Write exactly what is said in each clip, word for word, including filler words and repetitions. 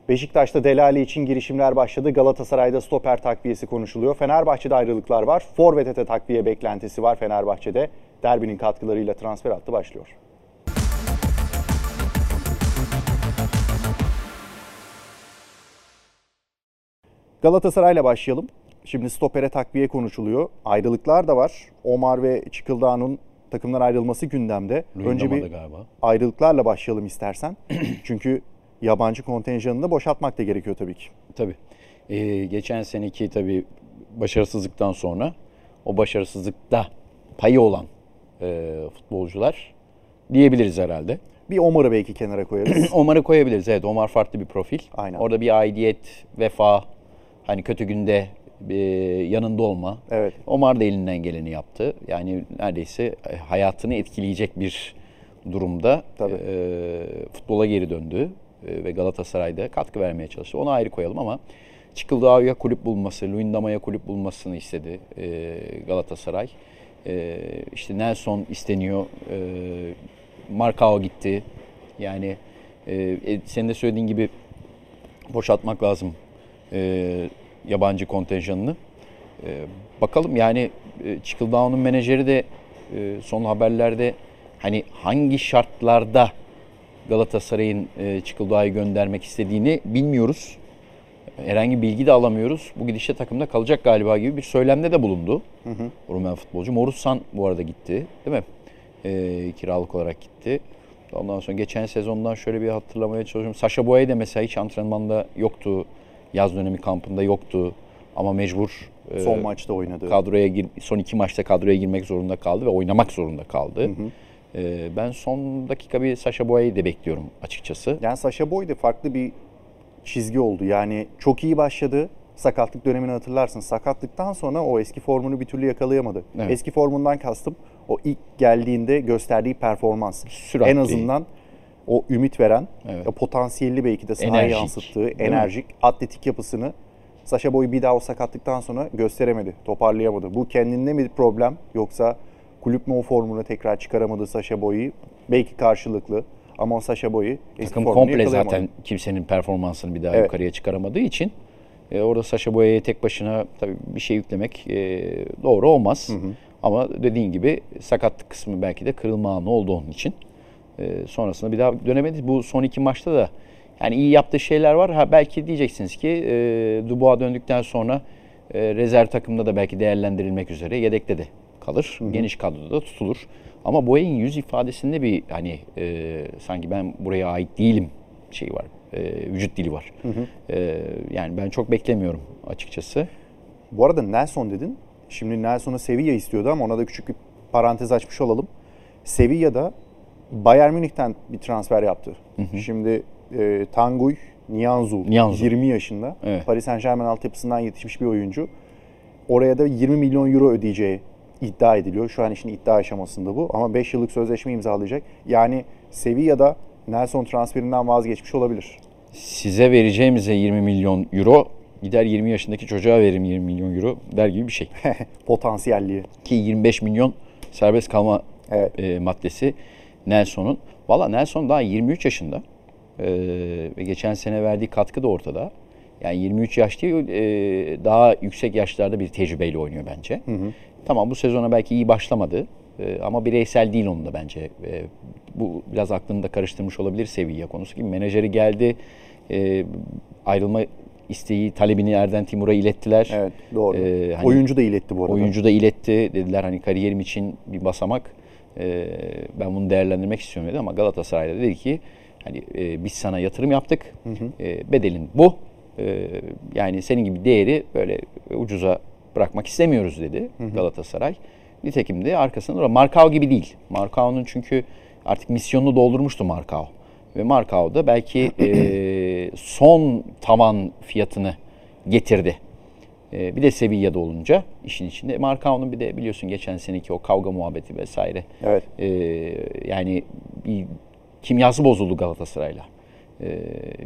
Beşiktaş'ta Delali için girişimler başladı. Galatasaray'da stoper takviyesi konuşuluyor. Fenerbahçe'de ayrılıklar var. Forvet'e de takviye beklentisi var Fenerbahçe'de. Derbinin katkılarıyla transfer hattı başlıyor. Galatasaray'la başlayalım. Şimdi stopere takviye konuşuluyor. Ayrılıklar da var. Omar ve Çıkıldağ'ın takımdan ayrılması gündemde. Önce bir galiba. Ayrılıklarla başlayalım istersen. Çünkü yabancı kontenjanını da boşaltmak da gerekiyor tabii ki. Tabii. Ee, geçen seneki tabii başarısızlıktan sonra o başarısızlıkta payı olan e, futbolcular diyebiliriz herhalde. Bir Omar'ı belki kenara koyarız. Omar'ı koyabiliriz. Evet, Omar farklı bir profil. Aynen. Orada bir aidiyet, vefa, hani kötü günde e, yanında olma. Evet. Omar da elinden geleni yaptı. Yani neredeyse hayatını etkileyecek bir durumda e, futbola geri döndü e, ve Galatasaray'da katkı vermeye çalıştı. Onu ayrı koyalım ama Çıkıldağ'a kulüp bulması, Luyendama'ya kulüp bulmasını istedi e, Galatasaray. E, işte Nelson isteniyor, e, Marcao gitti. Yani e, senin de söylediğin gibi boşaltmak lazım e, yabancı kontenjanını. E, bakalım yani e, Çıkıldağ'ın menajeri de e, son haberlerde hani hangi şartlarda Galatasaray'ın e, Çıkıldağ'ı göndermek istediğini bilmiyoruz. Herhangi bilgi de alamıyoruz. Bu gidişle takımda kalacak galiba gibi bir söylemde de bulundu. Hı hı. Rumen futbolcu. Morussan bu arada gitti, değil mi? E, kiralık olarak gitti. Ondan sonra geçen sezondan şöyle bir hatırlamaya çalışıyorum. Sacha Boey de mesela hiç antrenmanda yoktu. Yaz dönemi kampında yoktu. Ama mecbur son e, maçta oynadı. Kadroya gir, son iki maçta kadroya girmek zorunda kaldı ve oynamak zorunda kaldı. Hı hı. E, ben son dakika bir Sacha Boey'i de bekliyorum açıkçası. Yani Sacha Boey de farklı bir çizgi oldu. Yani çok iyi başladı. Sakatlık dönemini hatırlarsın. Sakatlıktan sonra o eski formunu bir türlü yakalayamadı. Evet. Eski formundan kastım o ilk geldiğinde gösterdiği performans. Süratli. En azından o ümit veren, evet. O potansiyelli belki de sahaya yansıttığı, enerjik, atletik yapısını Sacha Boey bir daha o sakatlıktan sonra gösteremedi, toparlayamadı. Bu kendinde mi bir problem yoksa kulüp mü o formunu tekrar çıkaramadı Sacha Boey'i? Belki karşılıklı. Ama o Sacha Boey eski takım komple zaten kimsenin performansını bir daha evet. yukarıya çıkaramadığı için e, orada Sacha Boey'e tek başına tabii bir şey yüklemek e, doğru olmaz. Hı hı. Ama dediğin gibi sakatlık kısmı belki de kırılma anı oldu onun için. E, sonrasında bir daha dönemedi. Bu son iki maçta da yani iyi yaptığı şeyler var. Ha, belki diyeceksiniz ki e, Dubois döndükten sonra e, rezerv takımda da belki değerlendirilmek üzere yedekte de kalır. Hı hı. Geniş kadroda da tutulur. Ama Boey'in yüz ifadesinde bir hani e, sanki ben buraya ait değilim şey var. E, vücut dili var. Hı hı. E, yani ben çok beklemiyorum açıkçası. Bu arada Nelson dedin. Şimdi Nelson'u Sevilla istiyordu ama ona da küçük bir parantez açmış olalım. Sevilla'da Bayern Münih'ten bir transfer yaptı. Hı hı. Şimdi e, Tanguy Nianzou, Nianzou yirmi yaşında. Evet. Paris Saint-Germain altyapısından yetişmiş bir oyuncu. Oraya da yirmi milyon euro ödeyeceği iddia ediliyor. Şu an işin iddia aşamasında bu. Ama beş yıllık sözleşme imzalayacak. Yani Sevilla'da Nelson transferinden vazgeçmiş olabilir. Size vereceğimize yirmi milyon euro, gider yirmi yaşındaki çocuğa veririm yirmi milyon euro der gibi bir şey. Potansiyelliği. Ki yirmi beş milyon serbest kalma evet. e, maddesi Nelson'un. Valla Nelson daha yirmi üç yaşında. E, ve geçen sene verdiği katkı da ortada. Yani yirmi üç yaş değil, e, daha yüksek yaşlarda bir tecrübeyle oynuyor bence. Hı hı. Tamam bu sezona belki iyi başlamadı e, ama bireysel değil onun da bence. E, bu biraz aklını da karıştırmış olabilir Sevilla konusu gibi. Menajeri geldi, e, ayrılma isteği, talebini Erden Timur'a ilettiler. Evet doğru. Ee, hani oyuncu da iletti bu arada. Oyuncu da iletti. Dediler hani kariyerim için bir basamak. E, ben bunu değerlendirmek istiyorum dedi ama Galatasaray'da dedi ki hani e, biz sana yatırım yaptık. Hı hı. E, bedelin bu. E, yani senin gibi değeri böyle ucuza bırakmak istemiyoruz dedi hı hı. Galatasaray. Nitekim de arkasında Marcao gibi değil. Marcao'nun çünkü artık misyonunu doldurmuştu Marcao. Ve Marcao da belki e, son tavan fiyatını getirdi. E, bir de Sevilla'da olunca işin içinde. Marcao'nun bir de biliyorsun geçen seneki o kavga muhabbeti vesaire. Evet. E, yani bir kimyası bozuldu Galatasaray'la. E,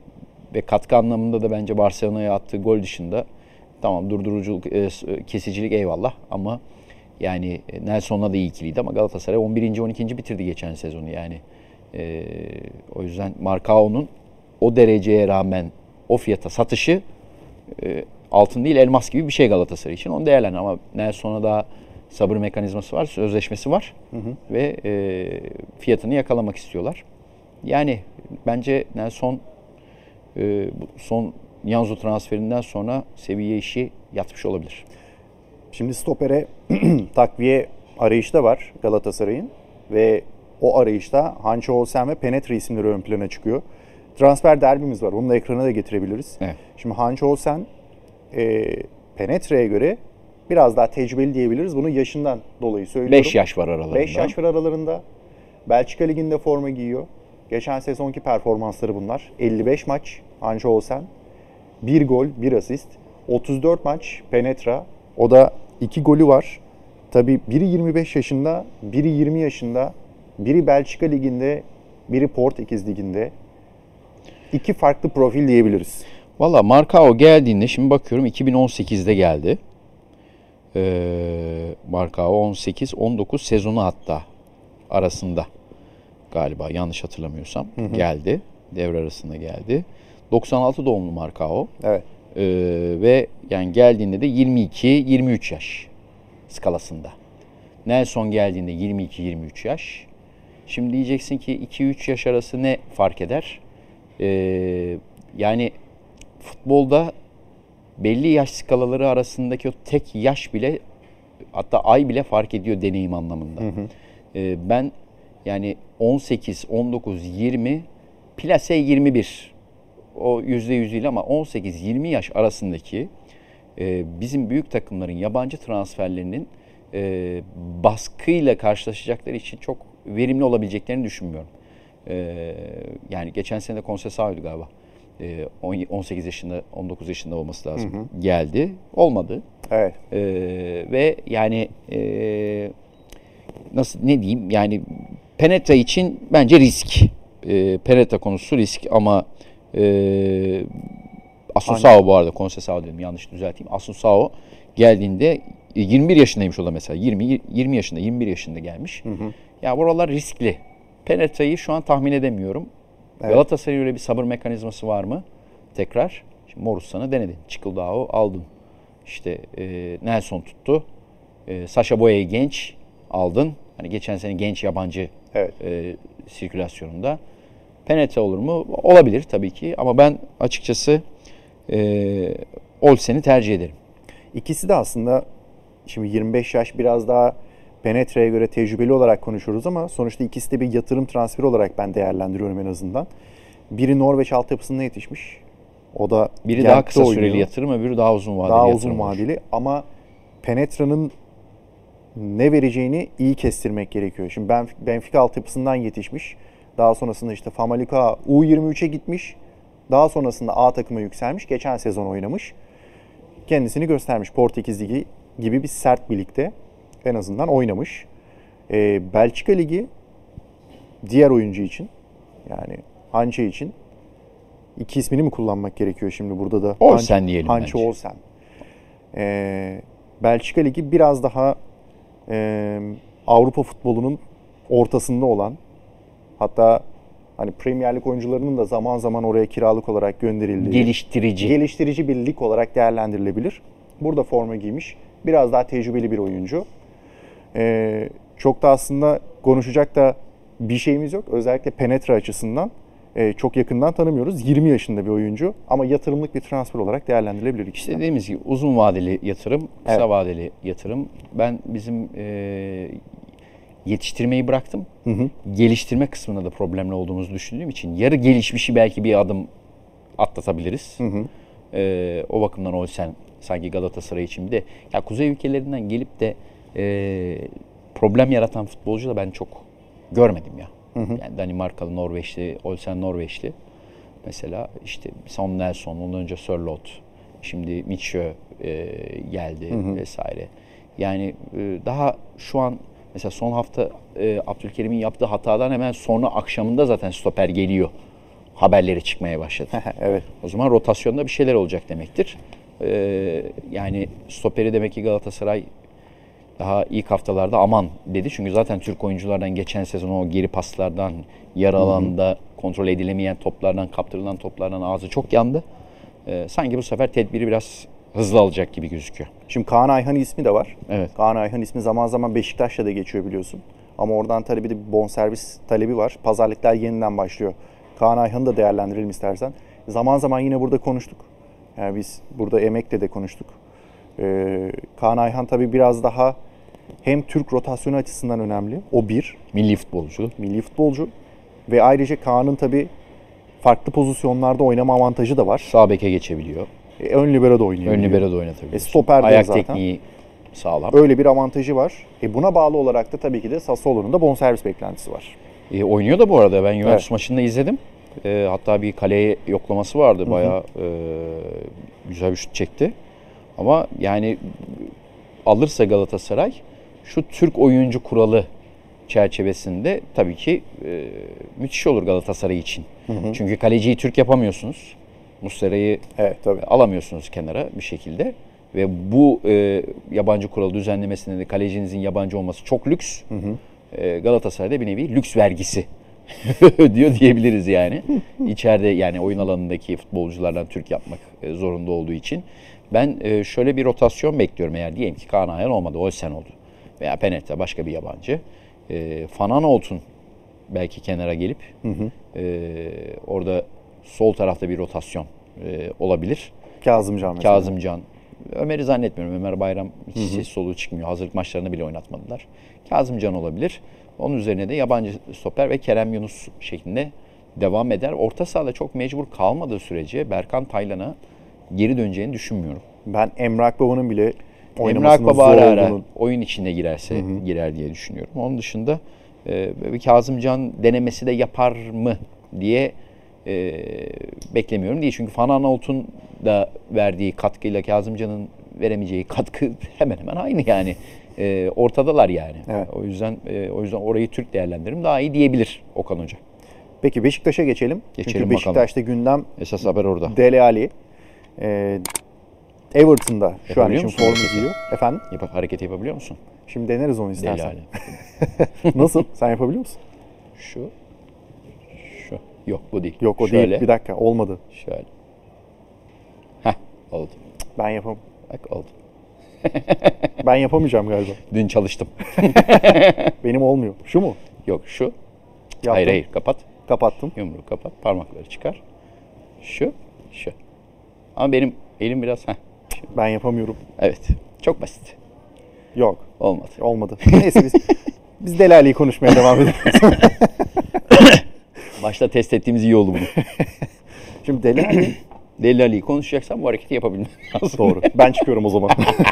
ve katkı anlamında da bence Barcelona'ya attığı gol dışında tamam durduruculuk, e, kesicilik eyvallah ama yani Nelson'la da iyi ikiliydi ama Galatasaray on birinci on ikinci bitirdi geçen sezonu yani. Ee, o yüzden Marcao'nun o dereceye rağmen o fiyata satışı e, altın değil elmas gibi bir şey Galatasaray için. Onu değerlendir ama Nelson'a da sabır mekanizması var, sözleşmesi var hı hı. ve e, fiyatını yakalamak istiyorlar. Yani bence Nelson e, son Nianzou transferinden sonra seviye işi yatmış olabilir. Şimdi stopere takviye arayışı da var Galatasaray'ın ve o arayışta Hanço Olsen ve Penetra isimleri ön plana çıkıyor. Transfer derbimiz var. Onu da ekrana da getirebiliriz. Evet. Şimdi Hanço Olsen e, Penetra'ya göre biraz daha tecrübeli diyebiliriz. Bunu yaşından dolayı söylüyorum. beş yaş var aralarında. beş yaş var aralarında. Belçika Ligi'nde forma giyiyor. Geçen sezonki performansları bunlar. elli beş maç Hanço Olsen. bir gol, bir asist. otuz dört maç Penetra. O da iki golü var. Tabii biri yirmi beş yaşında, biri yirmi yaşında. Biri Belçika Ligi'nde, biri Portekiz Ligi'nde. İki farklı profil diyebiliriz. Valla Marcao geldiğinde şimdi bakıyorum iki bin on sekizde geldi. Ee, Marcao on sekiz on dokuz sezonu hatta arasında galiba yanlış hatırlamıyorsam hı hı. geldi. Devre arasında geldi. doksan altı doğumlu Marcao. Evet. Ee, ve yani geldiğinde de yirmi iki yirmi üç yaş skalasında. Nelson geldiğinde yirmi iki yirmi üç yaş. Şimdi diyeceksin ki iki üç yaş arası ne fark eder? Ee, yani futbolda belli yaş skalaları arasındaki o tek yaş bile hatta ay bile fark ediyor deneyim anlamında. Hı hı. Ee, ben yani on sekiz, on dokuz, yirmi, plase yirmi bir o yüzde yüz değil ama on sekiz yirmi yaş arasındaki e, bizim büyük takımların yabancı transferlerinin e, baskıyla karşılaşacakları için çok verimli olabileceklerini düşünmüyorum. E, yani geçen sene de Conceição'ydu galiba. E, on sekiz yaşında, on dokuz yaşında olması lazım. Hı hı. Geldi. Olmadı. Evet. E, ve yani e, nasıl ne diyeyim yani Penetra için bence risk. E, Penetra konusu risk ama e, Assunção bu arada Conceição dedim yanlış düzelteyim. Assunção geldiğinde yirmi bir yaşındaymış o da mesela. yirmi yirmi yaşında, yirmi bir yaşında gelmiş. Hı hı. Ya buralar riskli. Penetra'yı şu an tahmin edemiyorum. Evet. Galatasaray'ın öyle bir sabır mekanizması var mı? Tekrar. Şimdi Morussan'ı denedin. Çıkıldağ'ı aldın. İşte e, Nelson tuttu. E, Sacha Boey'i genç aldın. Hani geçen sene genç yabancı evet. e, sirkülasyonunda. Penetra olur mu? Olabilir tabii ki. Ama ben açıkçası e, Olsen'i tercih ederim. İkisi de aslında şimdi yirmi beş yaş biraz daha Penetra'ya göre tecrübeli olarak konuşuyoruz ama sonuçta ikisi de bir yatırım transferi olarak ben değerlendiriyorum en azından. Biri Norveç altyapısında yetişmiş. O da biri daha kısa oynuyor. Süreli yatırım, öbürü daha uzun vadeli daha yatırım. Daha uzun vadeli olur. Ama Penetra'nın ne vereceğini iyi kestirmek gerekiyor. Şimdi Benfica altyapısından yetişmiş. Daha sonrasında işte Famalicão U yirmi üçe gitmiş. Daha sonrasında A takıma yükselmiş. Geçen sezon oynamış. Kendisini göstermiş. Portekiz Ligi gibi bir sert bir ligde en azından oynamış. Ee, Belçika Ligi diğer oyuncu için yani Hanço için iki ismini mi kullanmak gerekiyor şimdi burada da? Olsen diyelim Hanço bence. Olsen. Ee, Belçika Ligi biraz daha e, Avrupa futbolunun ortasında olan, hatta hani Premier Lig oyuncularının da zaman zaman oraya kiralık olarak gönderildiği geliştirici geliştirici bir lig olarak değerlendirilebilir. Burada forma giymiş. Biraz daha tecrübeli bir oyuncu. Ee, çok da aslında konuşacak da bir şeyimiz yok. Özellikle Penetra açısından e, çok yakından tanımıyoruz. yirmi yaşında bir oyuncu ama yatırımlık bir transfer olarak değerlendirilebilir. İşte dediğimiz gibi uzun vadeli yatırım, kısa evet. vadeli yatırım. Ben bizim e, yetiştirmeyi bıraktım. Hı hı. Geliştirme kısmında da problemli olduğumuzu düşündüğüm için yarı gelişmişi belki bir adım atlatabiliriz. Hı hı. E, o bakımdan Olsen sanki Galatasaray için bir de ya kuzey ülkelerinden gelip de e, problem yaratan futbolcu da ben çok görmedim ya. Hı hı. Yani Danimarkalı, Norveçli, Olsen Norveçli. Mesela işte Son Nelson, ondan önce Sørloth, şimdi Mitchell e, geldi hı hı. vesaire. Yani e, daha şu an mesela son hafta e, Abdülkerim'in yaptığı hatadan hemen sonra akşamında zaten stoper geliyor. Haberleri çıkmaya başladı. Evet. O zaman rotasyonda bir şeyler olacak demektir. Ee, yani stoperi demek ki Galatasaray daha ilk haftalarda aman dedi. Çünkü zaten Türk oyunculardan geçen sezon o geri paslardan, yarı alanda kontrol edilemeyen toplardan, kaptırılan toplardan ağzı çok yandı. e, sanki bu sefer tedbiri biraz hızlı alacak gibi gözüküyor. Şimdi Kaan Ayhan ismi de var. Evet. Kaan Ayhan ismi zaman zaman Beşiktaş'ta da geçiyor biliyorsun. Ama oradan tabii bir de bir bonservis talebi var. Pazarlıklar yeniden başlıyor. Kaan Ayhan'ı da değerlendirelim istersen. Zaman zaman yine burada konuştuk. Yani biz burada emekle de konuştuk. Ee, Kaan Ayhan tabii biraz daha hem Türk rotasyonu açısından önemli. O bir. Milli futbolcu. Milli futbolcu. Ve ayrıca Kaan'ın tabii farklı pozisyonlarda oynama avantajı da var. Sağ beke geçebiliyor. E, ön libero da oynayabiliyor. Ön libero da oynatabiliyor. E, stoper de Ayak zaten. tekniği sağlam. Öyle bir avantajı var. E, buna bağlı olarak da tabii ki de Sassuolo'nun da bonservis beklentisi var. E, oynuyor da bu arada. Ben Juventus Evet. maçında izledim. E, hatta bir kaleye yoklaması vardı. Bayağı e, güzel bir şut çekti. Ama yani alırsa Galatasaray şu Türk oyuncu kuralı çerçevesinde tabii ki e, müthiş olur Galatasaray için. Hı hı. Çünkü kaleciyi Türk yapamıyorsunuz. Muslera'yı Evet, tabii. alamıyorsunuz kenara bir şekilde. Ve bu e, yabancı kuralı düzenlemesinde de kalecinizin yabancı olması çok lüks. Hı hı. E, Galatasaray'da bir nevi lüks vergisi diyor diyebiliriz yani. İçeride yani oyun alanındaki futbolculardan Türk yapmak e, zorunda olduğu için. Ben e, şöyle bir rotasyon bekliyorum eğer diyelim ki Kaan Ayhan olmadı, Olsen oldu. Veya Penetta başka bir yabancı. E, Fanan Oltun belki kenara gelip hı hı. E, orada sol tarafta bir rotasyon e, olabilir. Kazımcan mesela. Kazımcan. Ömer'i zannetmiyorum. Ömer Bayram hiç hı hı. ses soluğu çıkmıyor. Hazırlık maçlarını bile oynatmadılar. Kazımcan olabilir. Onun üzerine de yabancı stoper ve Kerem Yunus şeklinde devam eder. Orta sahada çok mecbur kalmadığı sürece Berkan Taylan'a geri döneceğini düşünmüyorum. Ben Emre Akbaba'nın bile Emre oynamasının Akbaba zor ara ara olduğunu... oyun içinde girerse Hı hı. girer diye düşünüyorum. Onun dışında e, bir Kazımcan denemesi de yapar mı diye e, beklemiyorum değil. Çünkü Fanan Oltun da verdiği katkıyla Kazımcan'ın veremeyeceği katkı hemen hemen aynı yani. E, ortadalar yani. Evet. O yüzden e, o yüzden orayı Türk değerlendiririm daha iyi diyebilir Okan Hoca. Peki Beşiktaş'a geçelim. Geçelim Çünkü Beşiktaş'ta bakalım. gündem Esas haber orada. Dele Alli. Ee, Everton'da şu an Yapabiliyor için musun form hareketi? izliyor. Efendim? Yap, hareketi yapabiliyor musun? Şimdi deneriz onu Deli istersen. hali. Nasıl? Sen yapabiliyor musun? Şu. Şu. Yok bu değil. Yok o Şöyle. değil. Bir dakika olmadı. Şöyle. Heh oldu. Ben yapam. Bak oldu. Ben yapamayacağım galiba. Dün çalıştım. Benim olmuyor. Şu mu? Yok şu. Yaptım. Hayır hayır kapat. Kapattım. Yumruğu kapat. Parmakları çıkar. Şu. Şu. Ama benim elim biraz heh. Ben yapamıyorum. Evet. Çok basit. Yok. Olmadı. Olmadı. Neyse biz biz Dele Alli'yi konuşmaya devam edelim. Başta test ettiğimiz iyi oldu bunu. Şimdi Dele Alli... Deli Ali'yi konuşacaksan bu hareketi yapabilmem lazım. Doğru. Ben çıkıyorum o zaman.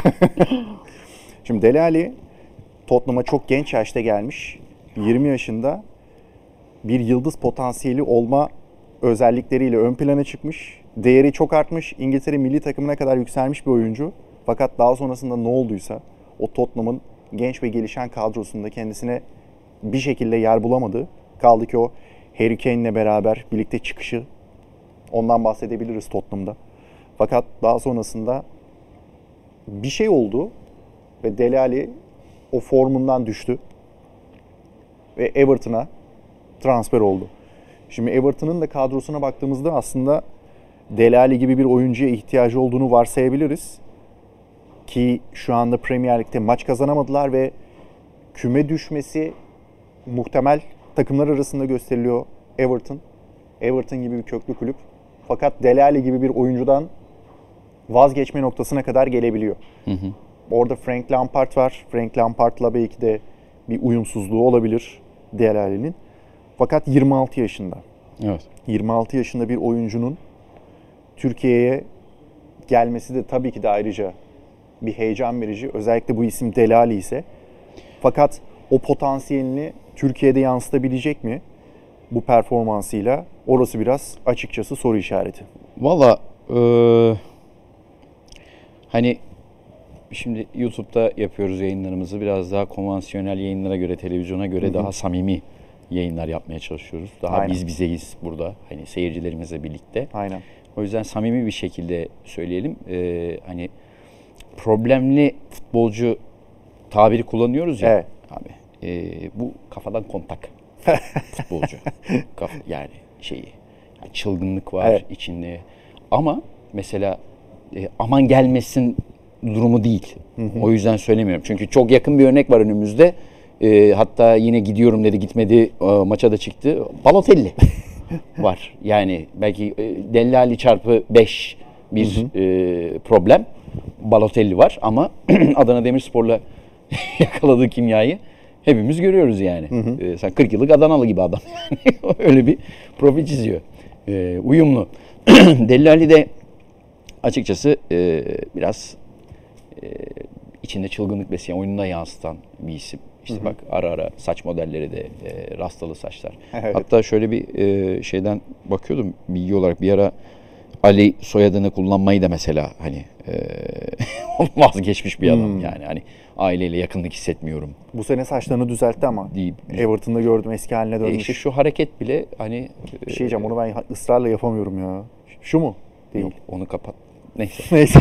Şimdi Dele Alli Tottenham'a çok genç yaşta gelmiş. yirmi yaşında bir yıldız potansiyeli olma özellikleriyle ön plana çıkmış. Değeri çok artmış. İngiltere milli takımına kadar yükselmiş bir oyuncu. Fakat daha sonrasında ne olduysa o Tottenham'ın genç ve gelişen kadrosunda kendisine bir şekilde yer bulamadı. Kaldı ki o Harry Kane'le beraber birlikte çıkışı, ondan bahsedebiliriz Tottenham'da. Fakat daha sonrasında bir şey oldu ve Dele Alli o formundan düştü ve Everton'a transfer oldu. Şimdi Everton'ın da kadrosuna baktığımızda aslında Dele Alli gibi bir oyuncuya ihtiyacı olduğunu varsayabiliriz. Ki şu anda Premier Lig'de maç kazanamadılar ve küme düşmesi muhtemel takımlar arasında gösteriliyor Everton. Everton gibi bir köklü kulüp. Fakat Dele Alli gibi bir oyuncudan vazgeçme noktasına kadar gelebiliyor. Hı hı. Orada Frank Lampard var. Frank Lampard'la belki de bir uyumsuzluğu olabilir Dele Alli'nin. Fakat yirmi altı yaşında. Evet. yirmi altı yaşında bir oyuncunun Türkiye'ye gelmesi de tabii ki de ayrıca bir heyecan verici. Özellikle bu isim Dele Alli ise. Fakat o potansiyelini Türkiye'de yansıtabilecek mi bu performansıyla? Orası biraz açıkçası soru işareti. Valla e, hani şimdi YouTube'da yapıyoruz yayınlarımızı. Biraz daha konvansiyonel yayınlara göre, televizyona göre Hı-hı. daha samimi yayınlar yapmaya çalışıyoruz. Daha Aynen. biz bizeyiz burada. Hani seyircilerimizle birlikte. Aynen. O yüzden samimi bir şekilde söyleyelim. Ee, hani problemli futbolcu tabiri kullanıyoruz ya. Evet. Abi e, bu kafadan kontak futbolcu. Kaf, yani şeyi yani çılgınlık var evet. içinde. Ama mesela e, aman gelmesin durumu değil. Hı hı. O yüzden söylemiyorum. Çünkü çok yakın bir örnek var önümüzde. E, hatta yine gidiyorum dedi, gitmedi, e, maça da çıktı. Balotelli var. Yani belki e, Dellali çarpı beş bir hı hı. E, problem. Balotelli var ama Adana Demirspor'la yakaladığı kimyayı hepimiz görüyoruz yani. Hı hı. E, sen kırk yıllık Adanalı gibi adam yani. Öyle bir profil çiziyor. E, uyumlu. Dellali de açıkçası e, biraz e, içinde çılgınlık besleyen, oyununa yansıtan bir isim. İşte hı hı. Bak ara ara saç modelleri de e, rastalı saçlar. Evet. Hatta şöyle bir e, şeyden bakıyordum bilgi olarak, bir ara Ali soyadını kullanmayı da mesela hani e, vazgeçmiş bir adam hmm. yani hani aileyle yakınlık hissetmiyorum. Bu sene saçlarını düzeltti ama deyip Everton'da gördüm, eski haline dönmüş. E işte şu hareket bile hani bir şey diyeceğim, onu ben ısrarla yapamıyorum ya. Şu mu? Değil. Yok, onu kapat. Neyse. Neyse.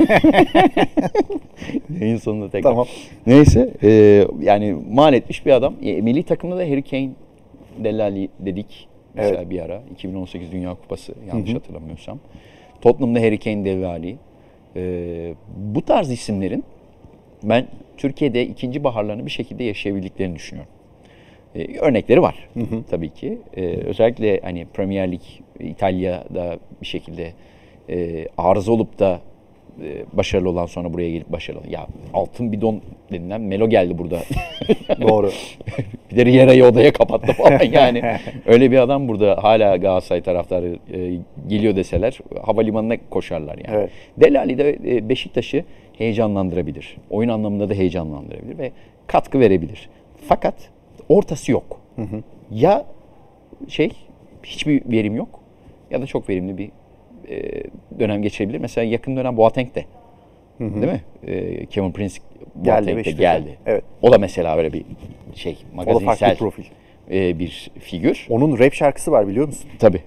Yayın sonunda tekrar. Tamam. Neyse e, yani mal etmiş bir adam. E, milli takımda da Harry Kane, Dellali dedik. Mesela evet. Bir ara iki bin on sekiz Dünya Kupası yanlış Hı-hı. hatırlamıyorsam. Tottenham'da Harry Kane, Dellali. Ee, bu tarz isimlerin ben Türkiye'de ikinci baharlarını bir şekilde yaşayabildiklerini düşünüyorum. Ee, örnekleri var Hı-hı. tabii ki. Ee, özellikle hani Premier Lig, İtalya'da bir şekilde e, arıza olup da e, başarılı olan, sonra buraya gelip başarılı olan. Ya altın bidon denilen Melo geldi burada. Doğru. Bir de Riera'yı odaya kapattı falan yani. Öyle bir adam burada hala Galatasaray taraftarı e, geliyor deseler havalimanına koşarlar yani. Evet. Dellali de e, Beşiktaş'ı heyecanlandırabilir. Oyun anlamında da heyecanlandırabilir ve katkı verebilir. Fakat ortası yok. Hı hı. Ya şey hiçbir verim yok ya da çok verimli bir e, dönem geçirebilir. Mesela yakın dönem Boateng de. Hı hı. Değil mi? E, Kevin Prince Boateng de geldi. Evet. O da mesela böyle bir şey, magazinsel profil. E, bir figür. Onun rap şarkısı var, biliyor musun? Tabii.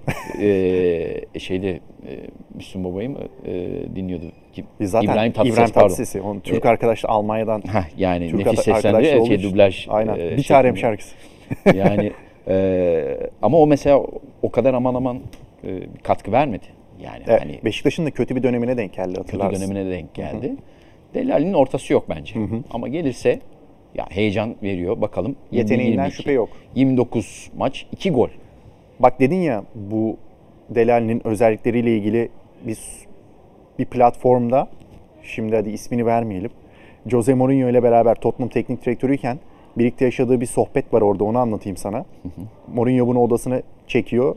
e, şeyde e, Müslüm Baba'yı mı e, dinliyordu? Kim? Zaten İbrahim Tatlıses. İbrahim Tatlıses'i. Onun Türk e, arkadaşlar Almanya'dan. Heh, yani Türk nefis seslendiriyor. Şey, dublaj. Aynen. E, bir tane şarkısı. Yani e, ama o mesela o kadar aman aman e, katkı vermedi. Yani evet, hani Beşiktaş'ın da kötü bir dönemine denk geldi, hatırlarsın. Kötü dönemine denk geldi. Dellali'nin ortası yok bence. Hı hı. Ama gelirse ya heyecan veriyor. Bakalım. Yeteneğinden şüphe yok. yirmi dokuz maç, iki gol. Bak dedin ya, bu Dellali'nin özellikleriyle ilgili biz bir platformda, şimdi hadi ismini vermeyelim, Jose Mourinho ile beraber Tottenham teknik direktörüyken birlikte yaşadığı bir sohbet var orada, onu anlatayım sana. Hı hı. Mourinho bunu odasına çekiyor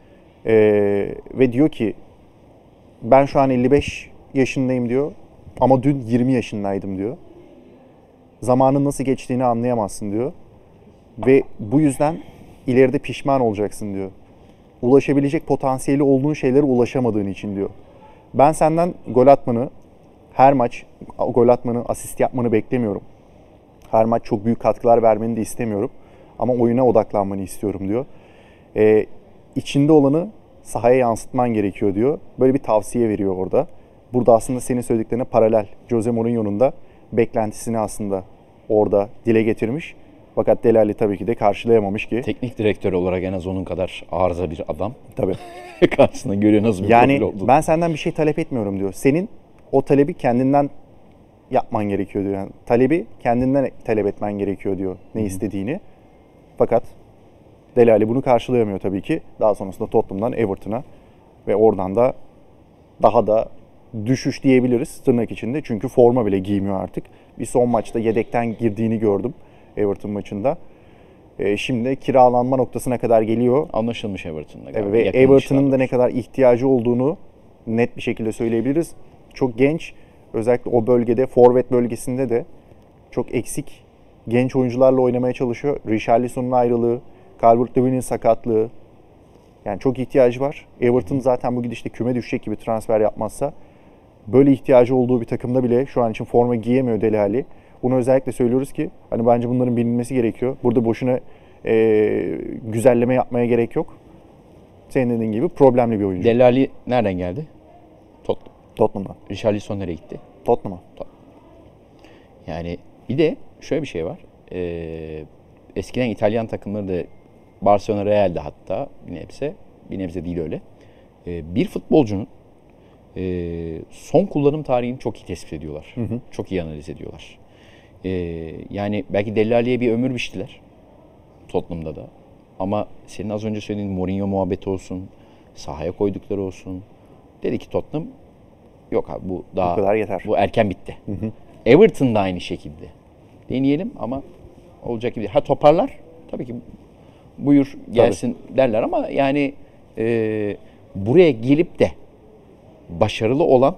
ee, ve diyor ki ben şu an elli beş yaşındayım diyor ama dün yirmi yaşındaydım diyor. Zamanın nasıl geçtiğini anlayamazsın diyor. Ve bu yüzden ileride pişman olacaksın diyor. Ulaşabilecek potansiyeli olduğun şeylere ulaşamadığın için diyor. Ben senden gol atmanı, her maç gol atmanı, asist yapmanı beklemiyorum. Her maç çok büyük katkılar vermeni de istemiyorum. Ama oyuna odaklanmanı istiyorum diyor. Ee, içinde olanı sahaya yansıtman gerekiyor diyor. Böyle bir tavsiye veriyor orada. Burada aslında senin söylediklerine paralel. Jose Mourinho'nun da beklentisini aslında orada dile getirmiş. Fakat Dellali tabii ki de karşılayamamış ki. Teknik direktör olarak en az onun kadar arıza bir adam. Tabii. Karşısında görüyor nasıl bir yani, profil olduğunu. Ben senden bir şey talep etmiyorum diyor. Senin o talebi kendinden yapman gerekiyor diyor. Yani talebi kendinden talep etmen gerekiyor diyor ne Hı-hı. istediğini. Fakat Dellali bunu karşılayamıyor tabii ki. Daha sonrasında Tottenham'dan Everton'a ve oradan da daha da düşüş diyebiliriz tırnak içinde. Çünkü forma bile giymiyor artık. Bir son maçta yedekten girdiğini gördüm Everton maçında. Ee, şimdi kiralanma noktasına kadar geliyor. Anlaşılmış Everton'da. Evet, ve Everton'ın da ne kadar ihtiyacı olduğunu net bir şekilde söyleyebiliriz. Çok genç, özellikle o bölgede, forvet bölgesinde de çok eksik genç oyuncularla oynamaya çalışıyor. Richarlison'un ayrılığı, Calvert-Lewin'in sakatlığı. Yani çok ihtiyacı var. Everton zaten bu gidişte küme düşecek gibi transfer yapmazsa. Böyle ihtiyacı olduğu bir takımda bile şu an için forma giyemiyor Dellali. Bunu özellikle söylüyoruz ki hani bence bunların bilinmesi gerekiyor. Burada boşuna e, güzelleme yapmaya gerek yok. Senin dediğin gibi problemli bir oyuncu. Dellali nereden geldi? Tottenham. Tottenham'dan. Richarlison nereye gitti? Tottenham'a. Tottenham. Yani bir de şöyle bir şey var. Ee, eskiden İtalyan takımları da Barcelona, Real'de hatta bir nebze, bir nebze değil öyle. Ee, bir futbolcunun e, son kullanım tarihini çok iyi tespit ediyorlar. Hı hı. Çok iyi analiz ediyorlar. E, yani belki Dele Alli'ye bir ömür biçtiler. Tottenham'da da. Ama senin az önce söylediğin Mourinho muhabbeti olsun, sahaya koydukları olsun. Dedi ki Tottenham, yok abi bu daha bu kadar yeter. Bu erken bitti. Hı hı. Everton da aynı şekilde. Deneyelim ama olacak gibi. Ha toparlar. Tabii ki buyur gelsin Tabii. derler ama yani e, buraya gelip de başarılı olan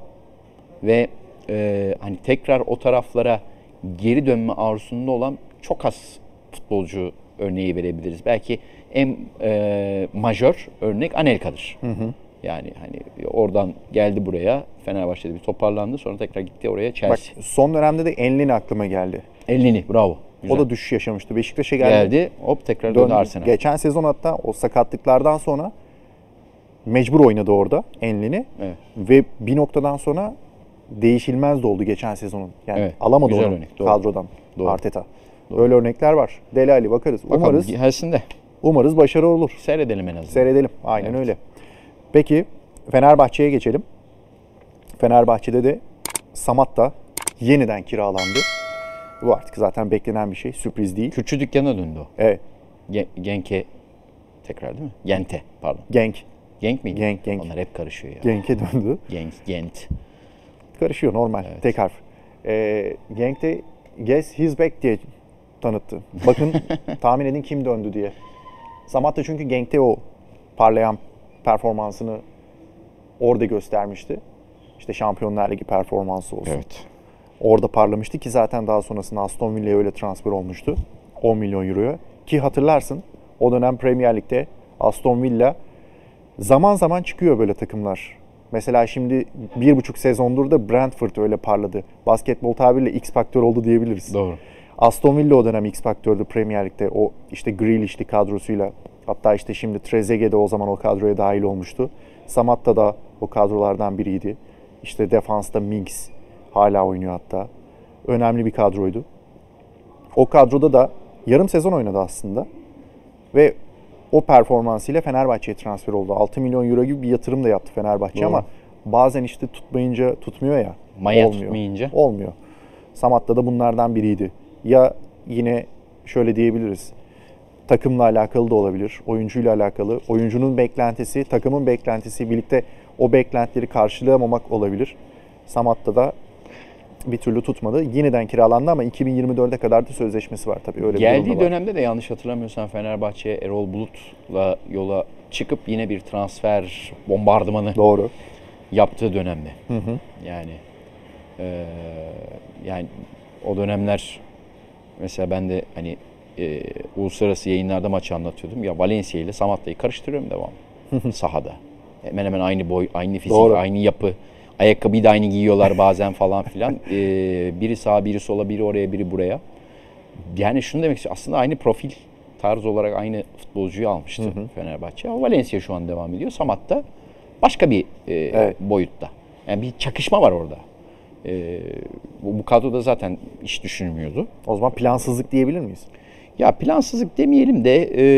ve e, hani tekrar o taraflara geri dönme arzusunda olan çok az futbolcu örneği verebiliriz. Belki en e, majör örnek Anelka'dır. Hı hı. Yani hani oradan geldi buraya, Fenerbahçe'de bir toparlandı, sonra tekrar gitti oraya Chelsea. Bak, son dönemde de Enlini aklıma geldi. Enlini, bravo. Güzel. O da düşüş yaşamıştı. Beşiktaş'a geldi. Geldi, hop tekrar döndü, döndü Arsenal. Geçen sezon hatta o sakatlıklardan sonra mecbur oynadı orada Enlini. Evet. Ve bir noktadan sonra değişilmez de oldu geçen sezonun. Yani evet. alamadı onu örnek. kadrodan Doğru. Arteta. Doğru. Öyle örnekler var. Dele Alli bakarız. Bakalım, umarız. Gelsin Umarız başarılı olur. Seyredelim en azından. Seyredelim. Aynen evet. öyle. Peki Fenerbahçe'ye geçelim. Fenerbahçe'de de Samatta yeniden kiralandı. Bu artık zaten beklenen bir şey. Sürpriz değil. Kürtçü dükkanına döndü o. Evet. Genk'e tekrar değil mi? Gente pardon. Genk. Genk miydi? Genk, Genk. Onlar hep karışıyor ya. Genk'e döndü. Genk, Gent. Karışıyor normal. Evet. Tek harf. Ee, Genk de Guess He's Back diye tanıttı. Bakın tahmin edin kim döndü diye. Samatta çünkü Genk'te o parlayan performansını orada göstermişti. İşte Şampiyonlar Ligi performansı olsun. Evet. Orada parlamıştı ki zaten daha sonrasında Aston Villa'ya öyle transfer olmuştu. on milyon euroya. Ki hatırlarsın o dönem Premier Lig'de Aston Villa zaman zaman çıkıyor böyle takımlar. Mesela şimdi bir buçuk sezondur da Brentford öyle parladı. Basketbol tabiriyle X faktör oldu diyebiliriz. Doğru. Aston Villa o dönem X faktördü Premier Lig'de. O işte Grealish'li kadrosuyla. Hatta işte şimdi Trezeguet de o zaman o kadroya dahil olmuştu. Samatta da o kadrolardan biriydi. İşte defansta Mings hala oynuyor hatta. Önemli bir kadroydu. O kadroda da yarım sezon oynadı aslında. Ve o performansıyla Fenerbahçe'ye transfer oldu. altı milyon euro gibi bir yatırım da yaptı Fenerbahçe. Doğru. Ama bazen işte tutmayınca tutmuyor ya. Maya olmuyor. tutmayınca. Olmuyor. Samatta da bunlardan biriydi. Ya yine şöyle diyebiliriz. Takımla alakalı da olabilir. Oyuncuyla alakalı. Oyuncunun beklentisi, takımın beklentisi birlikte o beklentileri karşılayamamak olabilir. Samatta da bir türlü tutmadı. Yeniden kiralandı ama iki bin yirmi dörde kadar da sözleşmesi var tabii. Öyle Geldiği bir dönemde de yanlış hatırlamıyorsam Fenerbahçe Erol Bulut'la yola çıkıp yine bir transfer bombardımanı Doğru. yaptığı dönemde. Hı hı. Yani e, yani o dönemler mesela ben de hani e, uluslararası yayınlarda maçı anlatıyordum. Ya Valencia ile Samatta'yı karıştırıyorum devam. Sahada. Hemen hemen aynı boy, aynı fizik, Doğru. aynı yapı. Ayakkabıyı da aynı giyiyorlar bazen falan filan. Ee, biri sağa, biri sola, biri oraya, biri buraya. Yani şunu demek istiyorum. Aslında aynı profil, tarz olarak aynı futbolcuyu almıştı hı hı. Fenerbahçe. Ama Valencia şu an devam ediyor. Samatta başka bir e, evet. boyutta. Yani bir çakışma var orada. E, bu, bu kadroda zaten iş düşünülmüyordu. O zaman plansızlık diyebilir miyiz? Ya plansızlık demeyelim de e,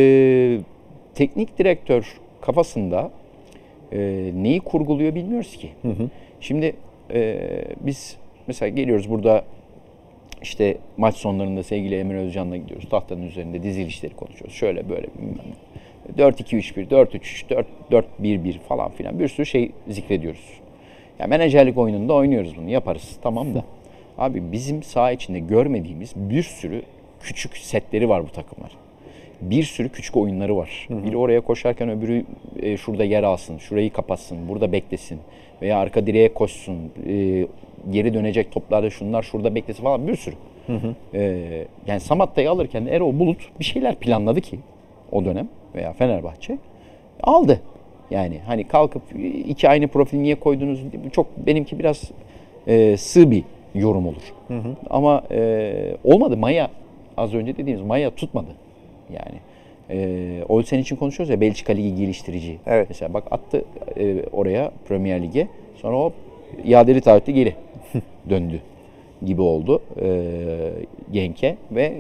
teknik direktör kafasında e, neyi kurguluyor bilmiyoruz ki. Hı hı. Şimdi e, biz mesela geliyoruz burada işte maç sonlarında sevgili Emre Özcan'la gidiyoruz. Tahtanın üzerinde dizilişleri konuşuyoruz. Şöyle böyle bilmem ne. dört iki üç bir, dört üç üç, dört bir bir falan filan bir sürü şey zikrediyoruz. Ya menajerlik oyununda oynuyoruz bunu, yaparız tamam da. Abi bizim saha içinde görmediğimiz bir sürü küçük setleri var bu takımlar. Bir sürü küçük oyunları var. Hı hı. Biri oraya koşarken öbürü e, şurada yer alsın, şurayı kapatsın, burada beklesin. Veya arka direğe koşsun, e, geri dönecek toplarda şunlar şurada beklesin falan bir sürü. Hı hı. E, yani Samatta'yı alırken Erol Bulut bir şeyler planladı ki o dönem veya Fenerbahçe aldı. Yani hani kalkıp iki aynı profil niye koydunuz? Çok benimki biraz e, sığ bir yorum olur. Hı hı. Ama e, olmadı. Maya az önce dediğimiz Maya tutmadı. Yani e, Olsen için konuşuyoruz ya, Belçika Ligi geliştirici. Evet. Mesela bak attı e, oraya Premier Lig'e. Sonra o iadeli taahhütlü geri döndü gibi oldu e, Genk'e ve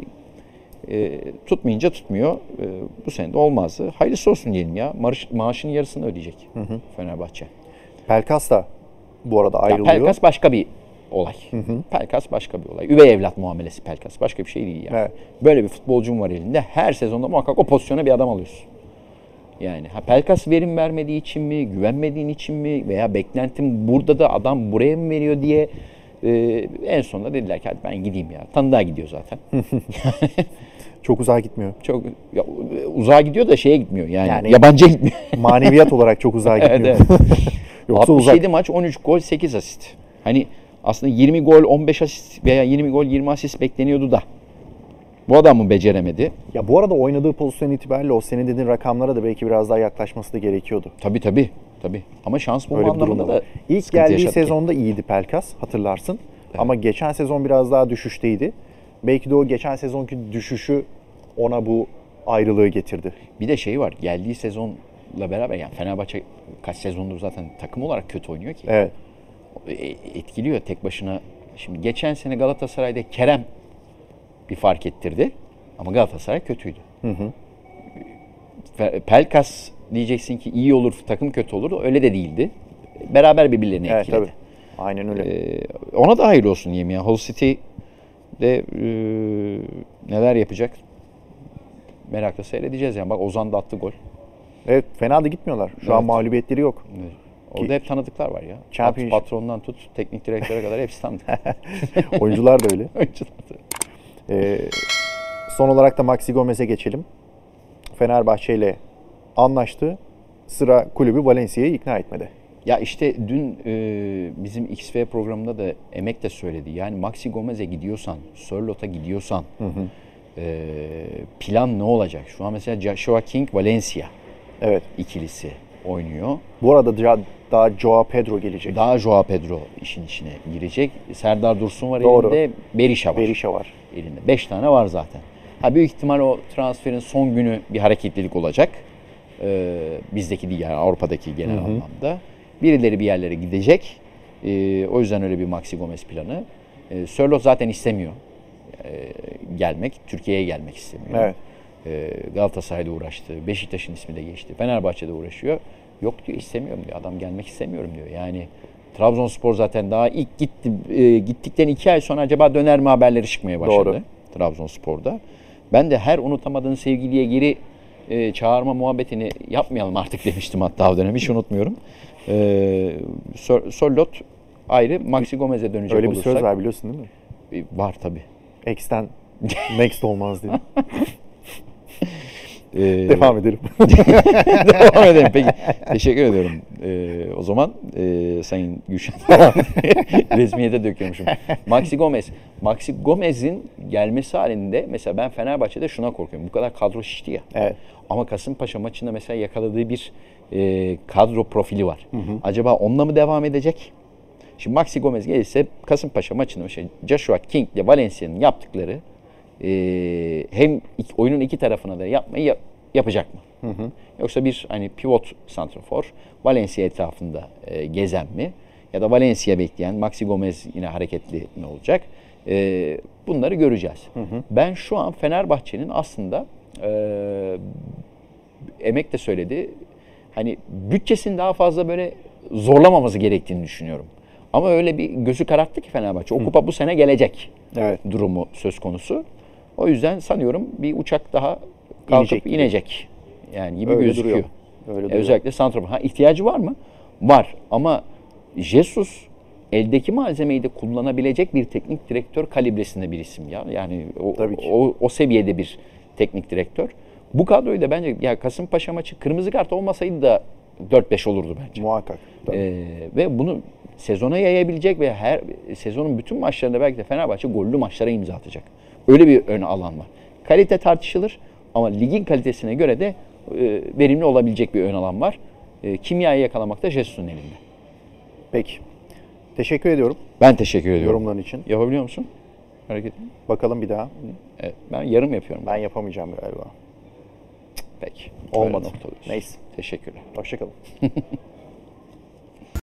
e, tutmayınca tutmuyor. E, bu sene de olmazdı. Hayırlısı olsun diyelim ya. Maaş, maaşının yarısını ödeyecek hı hı. Fenerbahçe. Pelkas da bu arada Ya ayrılıyor. Pelkas başka bir olay. Hı hı. Pelkas başka bir olay. Üvey evlat muamelesi Pelkas. Başka bir şey değil yani. Evet. Böyle bir futbolcun var elinde. Her sezonda muhakkak o pozisyona bir adam alıyorsun. Yani ha, Pelkas verim vermediği için mi, güvenmediğin için mi veya beklentim burada da adam buraya mı veriyor diye e, en sonunda dediler ki hadi ben gideyim ya. Tanıdığa gidiyor zaten. Çok uzağa gitmiyor. Çok ya, uzağa gidiyor da şeye gitmiyor yani, Yani- yabancıya gitmiyor. Maneviyat olarak çok uzağa gitmiyor. Evet, evet. Yoksa altmış yedi uzak. maç, on üç gol, sekiz asist. Hani aslında yirmi gol, on beş asist veya yirmi gol, yirmi asist bekleniyordu da. Bu adam mı beceremedi? Ya bu arada oynadığı pozisyon itibariyle o senin dediğin rakamlara da belki biraz daha yaklaşması da gerekiyordu. Tabii tabii. Tabii. Ama şans bulma Öyle bir anlamında durumda da var. İlk sıkıntı geldiği yaşadık. sezonda iyiydi Pelkas, hatırlarsın. Ama geçen sezon biraz daha düşüşteydi. Belki de o geçen sezonki düşüşü ona bu ayrılığı getirdi. Bir de şey var. Geldiği sezonla beraber yani Fenerbahçe kaç sezondur zaten takım olarak kötü oynuyor ki. Evet. E, Etkiliyor tek başına. Şimdi geçen sene Galatasaray'da Kerem bir fark ettirdi. Ama Galatasaray kötüydü. Hı hı. Pelkas diyeceksin ki iyi olur, takım kötü olur. Öyle de değildi. Beraber birbirlerini Evet etkiledi. tabii. Aynen öyle. Ee, ona da hayırlı olsun diyeyim ya. Hull City de e, neler yapacak merakla seyredeceğiz yani. Bak Ozan da attı gol. Evet, fena da gitmiyorlar. Şu Evet. an mağlubiyetleri yok. Evet. Orada hep tanıdıklar var ya. Champions- Patrondan tut, teknik direktöre kadar hepsi tanıdık. Oyuncular da öyle. Oyuncular da. Ee, son olarak da Maxi Gomez'e geçelim. Fenerbahçe ile anlaştı. Sıra kulübü Valencia'yı ikna etmede. Ya işte dün e, bizim X V programında da Emek de söyledi. Yani Maxi Gomez'e gidiyorsan, Sörlot'a gidiyorsan hı hı. E, plan ne olacak? Şu an mesela Joshua King, Valencia Evet. ikilisi oynuyor. Bu arada daha, daha Joao Pedro gelecek. Daha Joao Pedro işin içine girecek. Serdar Dursun var Doğru. elinde, Berisha var. Berisha var. Elinde. Beş tane var zaten. Ha, büyük ihtimal o transferin son günü bir hareketlilik olacak. Ee, bizdeki değil yani Avrupa'daki genel hı hı. anlamda. Birileri bir yerlere gidecek. Ee, o yüzden öyle bir Maxi Gomez planı. Ee, Sörloth zaten istemiyor ee, gelmek. Türkiye'ye gelmek istemiyor. Evet. Ee, Galatasaray'da uğraştı. Beşiktaş'ın ismi de geçti. Fenerbahçe'de uğraşıyor. Yok diyor, istemiyorum diyor. Adam gelmek istemiyorum diyor. Yani Trabzonspor zaten daha ilk gitti, e, gittikten iki ay sonra acaba döner mi haberleri çıkmaya başladı. Doğru. Trabzonspor'da. Ben de her unutamadığın sevgiliye geri e, çağırma muhabbetini yapmayalım artık demiştim hatta o dönem. Hiç unutmuyorum. E, Sörloth ayrı, Maxi Gomez'e dönecek Öyle bir olursak. söz var biliyorsun değil mi? E, var tabii. X'ten next olmaz diye. Ee, Devam edelim. Devam edelim. Peki. Teşekkür ediyorum. Ee, o zaman e, Sayın Gülşen resmiyete döküyormuşum. Maxi Gomez. Maxi Gomez'in gelmesi halinde mesela ben Fenerbahçe'de şuna korkuyorum. Bu kadar kadro şişti ya. Evet. Ama Kasımpaşa maçında mesela yakaladığı bir e, kadro profili var. Hı hı. Acaba onunla mı devam edecek? Şimdi Maxi Gomez gelirse Kasımpaşa maçında şey, Joshua King ile Valencia'nın yaptıkları Ee, hem iki, oyunun iki tarafına da yapmayı yap, yapacak mı? Hı hı. Yoksa bir hani pivot santrafor Valencia etrafında e, gezen mi? Ya da Valencia bekleyen Maxi Gomez yine hareketli mi olacak? E, bunları göreceğiz. Hı hı. Ben şu an Fenerbahçe'nin aslında e, Emek de söyledi. Hani bütçesini daha fazla böyle zorlamaması gerektiğini düşünüyorum. Ama öyle bir gözü kararttı ki Fenerbahçe. O kupa bu sene gelecek. Evet. Durumu söz konusu. O yüzden sanıyorum bir uçak daha kalkıp İnecek. inecek. Yani gibi Öyle gözüküyor. duruyor. Öyle E, duruyor. özellikle santrafor. Ha, ihtiyacı var mı? Var. Ama Jesus eldeki malzemeyi de kullanabilecek bir teknik direktör kalibresinde bir isim ya. Yani o, Tabii ki. o, o seviyede bir teknik direktör. Bu kadroyu da bence ya Kasımpaşa maçı kırmızı kart olmasaydı da dört beş olurdu bence. Muhakkak. Tabii. Ee, ve bunu sezona yayabilecek ve her sezonun bütün maçlarında belki de Fenerbahçe gollü maçlara imza atacak. Öyle bir ön alan var. Kalite tartışılır ama ligin kalitesine göre de e, verimli olabilecek bir ön alan var. E, kimyayı yakalamak da Jesus'un elinde. Peki. Teşekkür ediyorum Ben teşekkür ediyorum. yorumların için. Yapabiliyor musun? Hareketini. Bakalım bir daha. Evet, ben yarım yapıyorum. Ben yapamayacağım galiba. Peki. Olmadı. Böyle nokta alıyoruz. Neyse. Teşekkürler. Hoşçakalın.